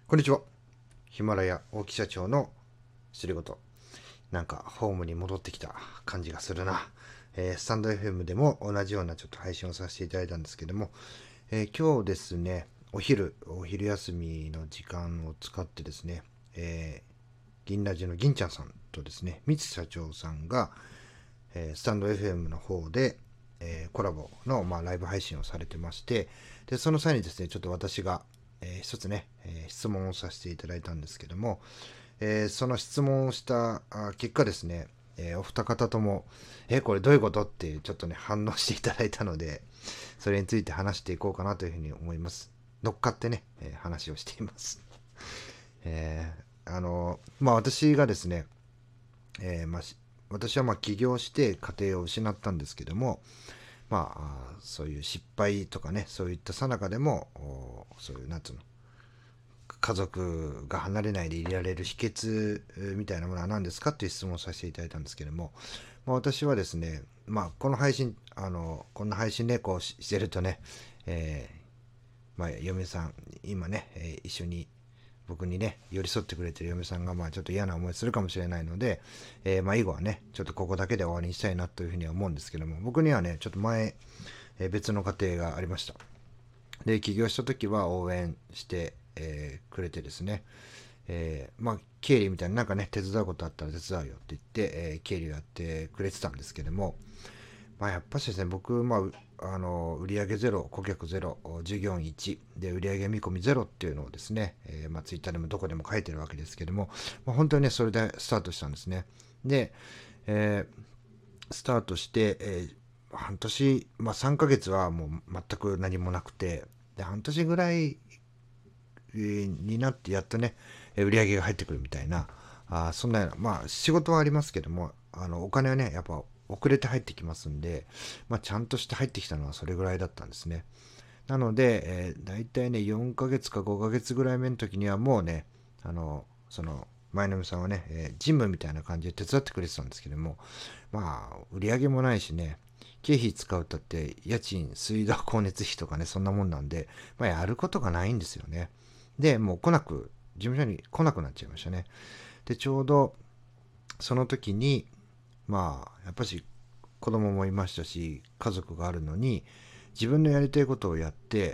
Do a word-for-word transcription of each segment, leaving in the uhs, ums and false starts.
こんにちは。ヒマラヤ大木社長の独り言。なんかホームに戻ってきた感じがするな。えースタンド エフエム でも同じようなちょっと配信をさせていただいたんですけども、えー今日ですね、お昼、お昼休みの時間を使ってですね、えー銀ラジの銀ちゃんさんとですね、三津社長さんが、えースタンド エフエム の方で、えーコラボの、まあ、ライブ配信をされてまして、でその際にですね、ちょっと私が、えー一つね、えー質問をさせていただいたんですけども、えーその質問をした結果ですね、えーお二方とも、えーこれどういうことってちょっとね、反応していただいたので、それについて話していこうかなというふうに思います。乗っかってね、えー話をしています。えーあのまあ私がですね、えーまあ、私はまあ起業して家庭を失ったんですけども、まあそういう失敗とかね、そういった最中でも、そういうなんつうの、家族が離れないでいられる秘訣みたいなものは何ですかっていう質問をさせていただいたんですけども、まあ、私はですね、まあ、この配信あのこんな配信ねこうしてるとね、えーまあ、嫁さん今ね、えー一緒に僕にね寄り添ってくれてる嫁さんがまあちょっと嫌な思いするかもしれないので、えーまあ以後はねちょっとここだけで終わりにしたいなというふうには思うんですけども、僕にはねちょっと前、えー別の家庭がありました。で起業した時は応援して、えーくれてですね、えーまあ経理みたいななんかね手伝うことあったら手伝うよって言って、えー経理をやってくれてたんですけども、まあやっぱしですね、僕、まあ、あの売上ゼロ、顧客ゼロ、従業員いちで売上見込みゼロっていうのをですね、えーまあ、ツイッターでもどこでも書いてるわけですけども、まあ、本当にねそれでスタートしたんですね。で、えースタートして、えー半年、まあ、さんかげつはもう全く何もなくて、で半年ぐらいになってやっとね売り上げが入ってくるみたいな、あそんなような、まあ仕事はありますけども、あのお金はねやっぱ遅れて入ってきますんで、まあ、ちゃんとして入ってきたのはそれぐらいだったんですね。なので、えー、大体ねよんかげつかごかげつぐらい目の時にはもうね、あのその前のみさんはね、えージムみたいな感じで手伝ってくれてたんですけども、まあ売り上げもないしね、経費使うったって家賃水道光熱費とかねそんなもんなんで、まあ、やることがないんですよね。でもう来なく事務所に来なくなっちゃいましたね。でちょうどその時にまあやっぱし子供もいましたし家族があるのに、自分のやりたいことをやって、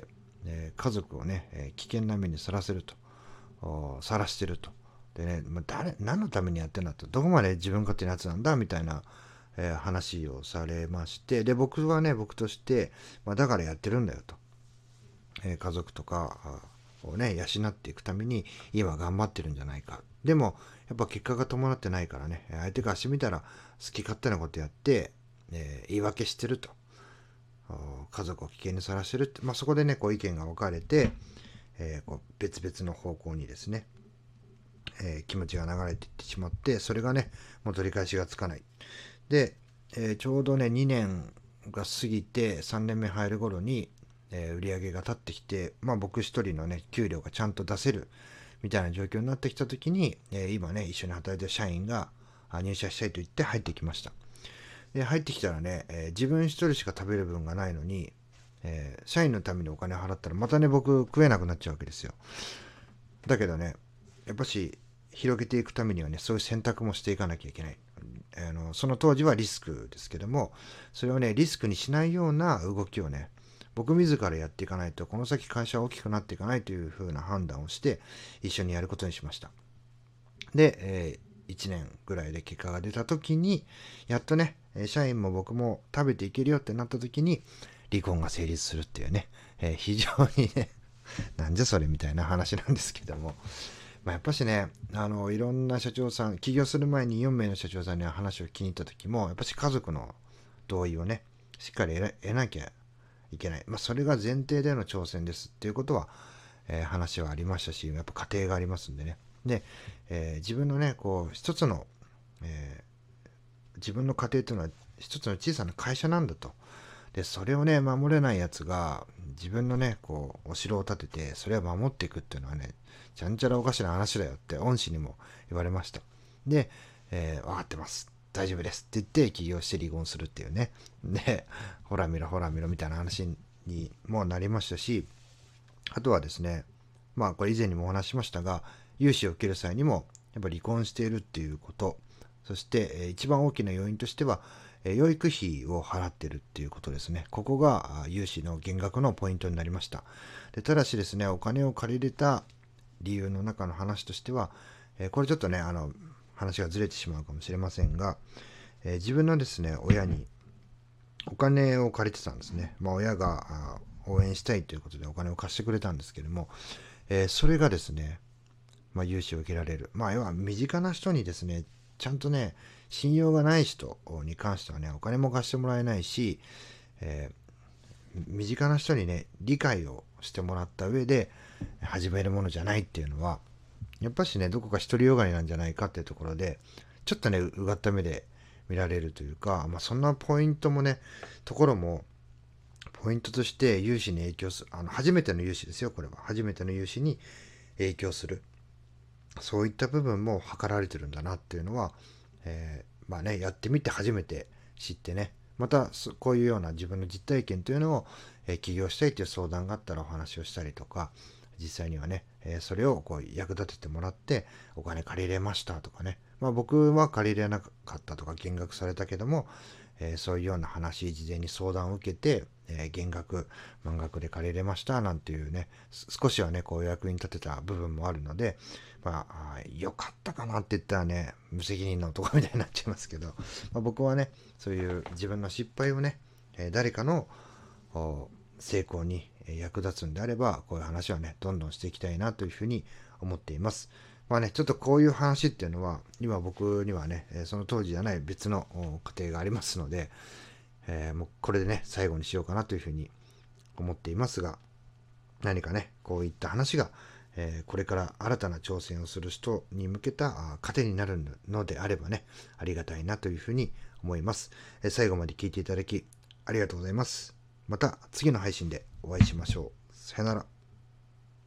えー家族をね、えー危険な目にさらせると、さらしてると。でね、まあ、誰何のためにやってんだと、どこまで自分勝手なやつなんだみたいな、えー話をされまして、で僕はね僕として、まあ、だからやってるんだよと、えー家族とかをね養っていくために今頑張ってるんじゃないか。でもやっぱ結果が伴ってないからね、相手からしてみたら好き勝手なことやって、えー言い訳してると、家族を危険にさらしてるって、まあ、そこでねこう意見が分かれて、えーこう別々の方向にですね、えー気持ちが流れていってしまって、それがねもう取り返しがつかない。で、えーちょうどねにねんが過ぎてさんねんめ入る頃に、えー売り上げが立ってきて、まあ、僕一人のね給料がちゃんと出せるみたいな状況になってきた時に、えー今ね一緒に働いてる社員が入社したいと言って入ってきました。で入ってきたらね、えー自分一人しか食べる分がないのに、えー社員のためにお金を払ったらまたね僕食えなくなっちゃうわけですよ。だけどね、やっぱし広げていくためにはねそういう選択もしていかなきゃいけない。あのその当時はリスクですけども、それをねリスクにしないような動きをね僕自らやっていかないとこの先会社は大きくなっていかないというふうな判断をして一緒にやることにしました。で、えー、いちねんぐらいで結果が出た時にやっとね社員も僕も食べていけるよってなった時に離婚が成立するっていうね、えー非常にねなんじゃそれみたいな話なんですけども、まあ、やっぱしねあのいろんな社長さん起業する前によんめいの社長さんに話を聞きに行った時もやっぱし家族の同意をねしっかり得なきゃいけない、まあ、それが前提での挑戦ですっていうことは、えー話はありましたし、やっぱ家庭がありますんでね。で、えー自分のねこう一つの、えー自分の家庭というのは一つの小さな会社なんだと。でそれをね守れないやつが自分のねこうお城を建ててそれを守っていくっていうのはねちゃんちゃらおかしな話だよって恩師にも言われました。で、えー分かってます大丈夫ですって言って起業して離婚するっていうね。でほら見ろほら見ろみたいな話にもなりましたし、あとはですね、 まあこれ以前にもお話ししましたが、融資を受ける際にもやっぱり離婚しているっていうこと、そしてえー一番大きな要因としては、えー養育費を払っているっていうことですね。ここがあ融資の減額のポイントになりました。でただしですね、お金を借りれた理由の中の話としては、えーこれちょっとね、あの話がずれてしまうかもしれませんが、えー自分のですね、親にお金を借りてたんですね。まあ、親があ応援したいということでお金を貸してくれたんですけども、えーそれがですね、まあ、融資を受けられる。まあ、要は身近な人にですね、ちゃんとね、信用がない人に関してはね、お金も貸してもらえないし、えー身近な人にね、理解をしてもらった上で始めるものじゃないっていうのは、やっぱしね、どこか独りよがりなんじゃないかっていうところで、ちょっとね、うがった目で見られるというか、まあ、そんなポイントもね、ところも、ポイントとして融資に影響する、あの、初めての融資ですよ、これは。初めての融資に影響する。そういった部分も図られてるんだなっていうのは、えーまあね、やってみて初めて知ってね、またこういうような自分の実体験というのを、えー起業したいという相談があったらお話をしたりとか、実際にはね、えーそれをこう役立ててもらってお金借りれましたとかね、まあ僕は借りれなかったとか減額されたけども、えーそういうような話、事前に相談を受けて、えー減額、満額で借りれましたなんていうね、少しはね、こう役に立てた部分もあるので、まあ、良かったかなって言ったらね、無責任な男みたいになっちゃいますけど、まあ、僕はね、そういう自分の失敗をね、えー誰かの成功に役立つんであれば、こういう話はね、どんどんしていきたいなというふうに思っています。まあね、ちょっとこういう話っていうのは、今僕にはね、その当時じゃない別の家庭がありますので、えーもうこれでね、最後にしようかなというふうに思っていますが、何かね、こういった話が、えーこれから新たな挑戦をする人に向けたあ糧になるのであればね、ありがたいなというふうに思います。えー最後まで聞いていただきありがとうございます。また次の配信でお会いしましょう。さよなら。